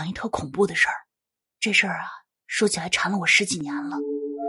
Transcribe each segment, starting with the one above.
讲一特恐怖的事儿。这事儿啊，说起来缠了我10几年了。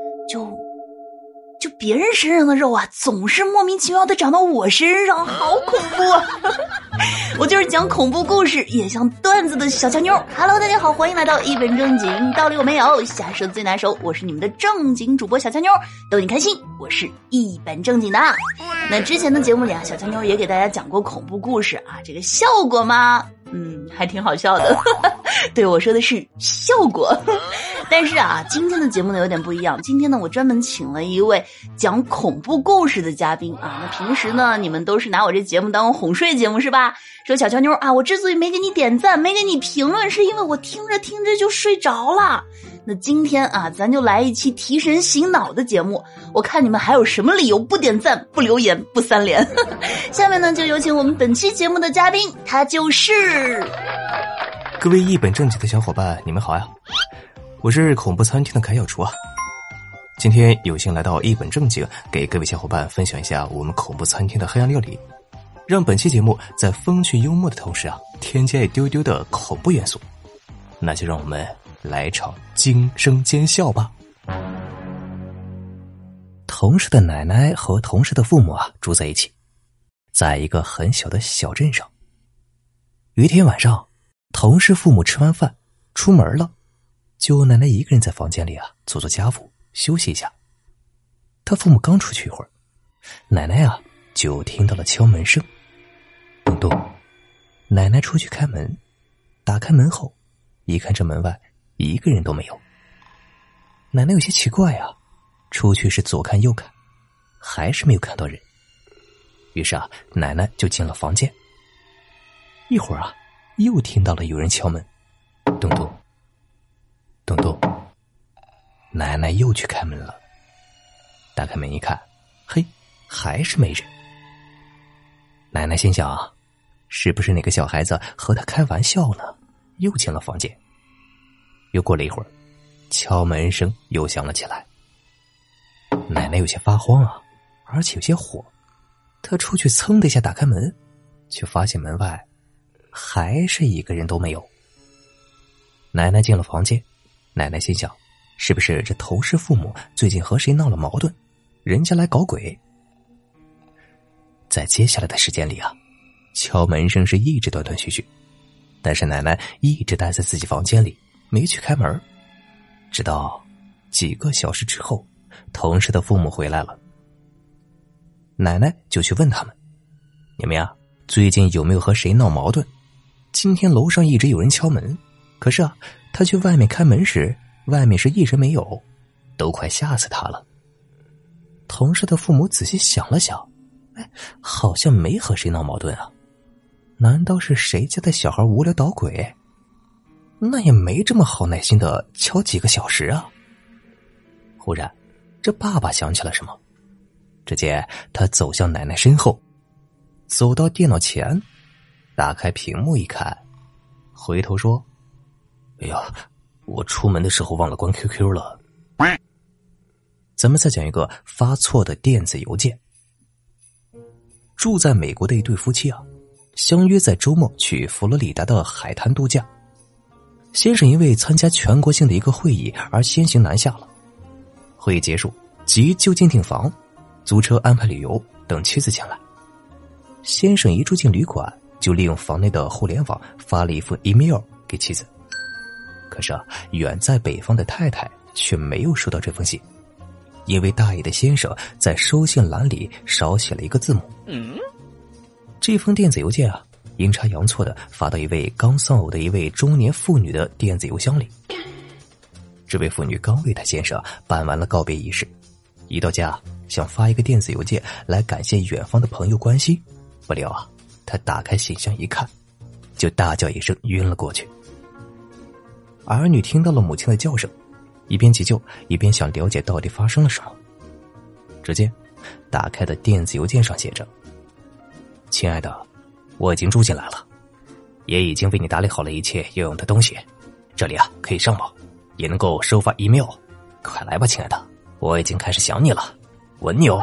就别人身上的肉啊，总是莫名其妙的长到我身上，好恐怖啊！我就是讲恐怖故事也像段子的小强妞。Hello， 大家好，欢迎来到一本正经，道理我没有，下手最拿手，我是你们的正经主播小强妞，逗你开心，我是一本正经的。那之前的节目里啊，小强妞也给大家讲过恐怖故事啊，这个效果嘛，还挺好笑的。对，我说的是效果。但是啊，今天的节目呢有点不一样。今天呢，我专门请了一位讲恐怖故事的嘉宾啊。那平时呢，你们都是拿我这节目当哄睡节目是吧？说小乔妞啊，我之所以没给你点赞，没给你评论，是因为我听着听着就睡着了。那今天啊，咱就来一期提神醒脑的节目，我看你们还有什么理由不点赞、不留言、不三连。下面呢，就有请我们本期节目的嘉宾，他就是各位一本正经的小伙伴，你们好呀！我是恐怖餐厅的凯小厨啊。今天有幸来到一本正经，给各位小伙伴分享一下我们恐怖餐厅的黑暗料理，让本期节目在风趣幽默的同时啊，添加一丢丢的恐怖元素。那就让我们来场惊声尖笑吧。同事的奶奶和同事的父母啊住在一起，在一个很小的小镇上。有一天晚上，同事父母吃完饭出门了，就奶奶一个人在房间里啊做做家务休息一下。他父母刚出去一会儿，奶奶啊就听到了敲门声，咚咚。奶奶出去开门，打开门后一看，这门外一个人都没有。奶奶有些奇怪啊，出去是左看右看，还是没有看到人。于是啊，奶奶就进了房间。一会儿啊，又听到了有人敲门，咚咚咚咚。奶奶又去开门了，打开门一看，嘿，还是没人。奶奶心想啊，是不是哪个小孩子和她开玩笑呢？又进了房间。又过了一会儿，敲门声又响了起来。奶奶有些发慌啊，而且有些火。她出去噌的一下打开门，却发现门外还是一个人都没有。奶奶进了房间，奶奶心想，是不是这同事父母最近和谁闹了矛盾，人家来搞鬼？在接下来的时间里啊，敲门声是一直断断续续，但是奶奶一直待在自己房间里，没去开门。直到几个小时之后，同事的父母回来了，奶奶就去问他们，你们呀，最近有没有和谁闹矛盾？今天楼上一直有人敲门，可是啊，他去外面开门时，外面是一直没有，都快吓死他了。同事的父母仔细想了想，好像没和谁闹矛盾啊，难道是谁家的小孩无聊捣鬼？那也没这么好耐心的敲几个小时啊。忽然这爸爸想起了什么，只见他走向奶奶身后，走到电脑前，打开屏幕一看，回头说，哎呀，我出门的时候忘了关 QQ 了。咱们再讲一个发错的电子邮件。住在美国的一对夫妻啊，相约在周末去佛罗里达的海滩度假。先生因为参加全国性的一个会议而先行南下了。会议结束，即就近订房，租车安排旅游，等妻子前来。先生一住进旅馆，就利用房内的互联网发了一份 email 给妻子。可是啊，远在北方的太太却没有收到这封信，因为大意的先生在收信栏里少写了一个字母。这封电子邮件啊，阴差阳错的发到一位刚丧偶的一位中年妇女的电子邮箱里。这位妇女刚为她先生办完了告别仪式，一到家想发一个电子邮件来感谢远方的朋友关心，不料啊，她打开信箱一看，就大叫一声晕了过去。儿女听到了母亲的叫声，一边急救一边想了解到底发生了什么。只见打开的电子邮件上写着，亲爱的，我已经住进来了，也已经为你打理好了一切要用的东西，这里啊可以上网，也能够收发 email， 快来吧亲爱的，我已经开始想你了，吻你哦。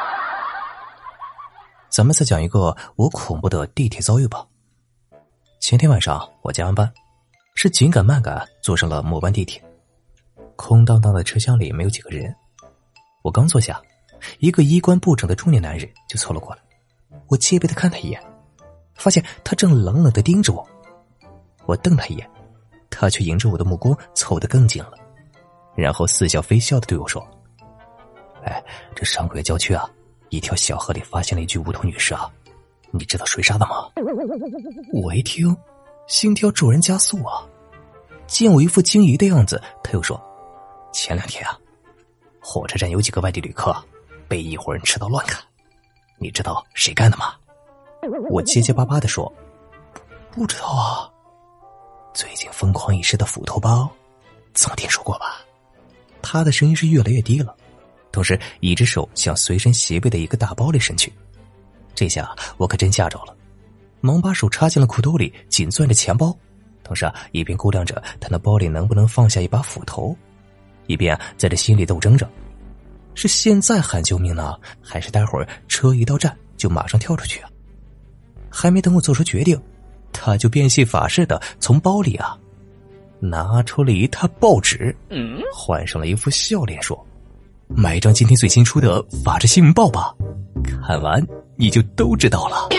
咱们再讲一个我恐怖的地铁遭遇吧。前天晚上我加完班， 是紧赶慢赶坐上了末班地铁。空荡荡的车厢里没有几个人，我刚坐下，一个衣冠不整的中年男人就凑了过来。我戒备地看他一眼，发现他正冷冷地盯着我。我瞪他一眼，他却迎着我的目光凑得更近了，然后似笑非笑地对我说：这上个月郊区啊，一条小河里发现了一具无头女尸啊，你知道谁杀的吗？我一听，心跳骤然加速啊！见我一副惊疑的样子，他又说：前2天啊，火车站有几个外地旅客被一伙人持刀乱砍，你知道谁干的吗？我结结巴巴地说：不知道啊。最近疯狂一时的斧头帮，总听说过吧？他的声音是越来越低了，同时一只手向随身斜背的一个大包里伸去。这下我可真吓着了，忙把手插进了裤兜里，紧攥着钱包，同时一边估量着他那包里能不能放下一把斧头，一边在这心里斗争着，是现在喊救命呢，还是待会儿车一到站就马上跳出去啊？还没等我做出决定，他就变戏法似的从包里拿出了一沓报纸，换上了一副笑脸说：买一张今天最新出的法制新闻报吧，看完你就都知道了。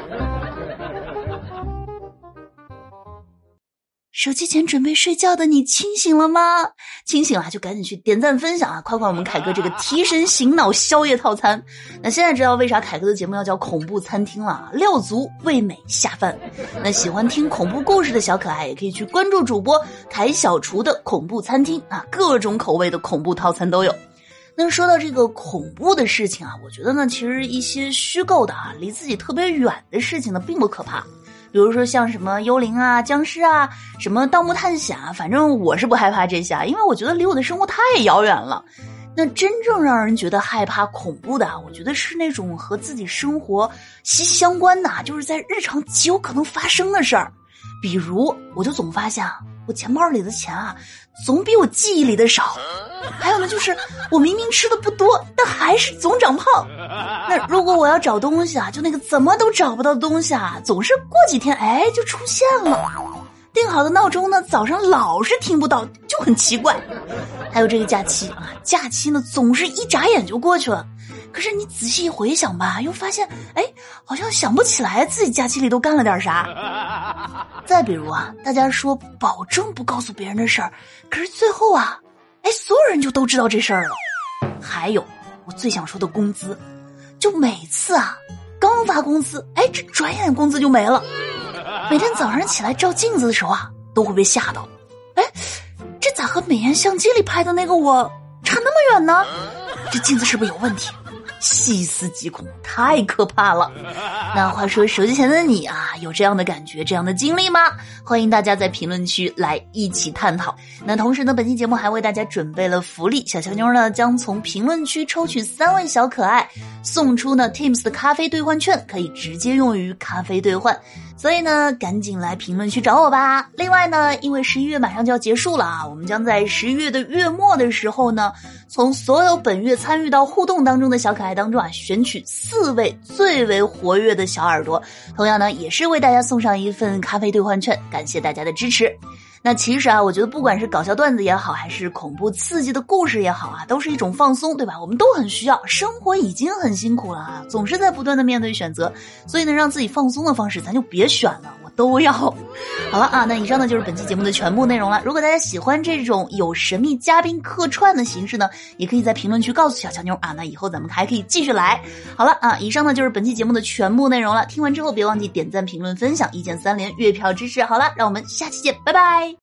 手机前准备睡觉的你清醒了吗？清醒了就赶紧去点赞分享啊！快快我们凯哥这个提神醒脑宵夜套餐。那现在知道为啥凯哥的节目要叫恐怖餐厅了，料足味美下饭。那喜欢听恐怖故事的小可爱也可以去关注主播凯小厨的恐怖餐厅啊，各种口味的恐怖套餐都有。那说到这个恐怖的事情啊，我觉得呢，其实一些虚构的离自己特别远的事情呢，并不可怕。比如说像什么幽灵啊、僵尸啊、什么盗墓探险啊，反正我是不害怕这些，因为我觉得离我的生活太遥远了。那真正让人觉得害怕恐怖的，我觉得是那种和自己生活息息相关的，就是在日常极有可能发生的事儿。比如我就总发现我钱包里的钱总比我记忆里的少。还有呢，就是我明明吃的不多，但还是总长胖。那如果我要找东西就那个怎么都找不到的东西总是过几天就出现了。定好的闹钟呢，早上老是听不到，就很奇怪。还有这个假期假期呢总是一眨眼就过去了。可是你仔细回想吧，又发现好像想不起来自己假期里都干了点啥。再比如大家说保证不告诉别人的事儿，可是最后所有人就都知道这事儿了。还有我最想说的工资，就每次刚发工资这转眼工资就没了。每天早上起来照镜子的时候都会被吓到，这咋和美颜相机里拍的那个我差那么远呢？这镜子是不是有问题？细思极恐，太可怕了。那话说手机前的你有这样的感觉，这样的经历吗？欢迎大家在评论区来一起探讨。那同时呢，本期节目还为大家准备了福利，小乔妞呢将从评论区抽取3位小可爱，送出呢 Teams 的咖啡兑换券，可以直接用于咖啡兑换。所以呢，赶紧来评论区找我吧。另外呢，因为11月马上就要结束了我们将在11月的月末的时候呢，从所有本月参与到互动当中的小可爱当中选取4位最为活跃的小耳朵，同样呢，也是为大家送上一份咖啡兑换券，感谢大家的支持。那其实我觉得不管是搞笑段子也好，还是恐怖刺激的故事也好都是一种放松，对吧？我们都很需要，生活已经很辛苦了总是在不断的面对选择，所以呢，让自己放松的方式咱就别选了，我都要。好了那以上呢就是本期节目的全部内容了。如果大家喜欢这种有神秘嘉宾客串的形式呢，也可以在评论区告诉小乔妞那以后咱们还可以继续来。好了以上呢就是本期节目的全部内容了。听完之后别忘记点赞、评论、分享，一键3连，月票支持。好了，让我们下期见，拜拜。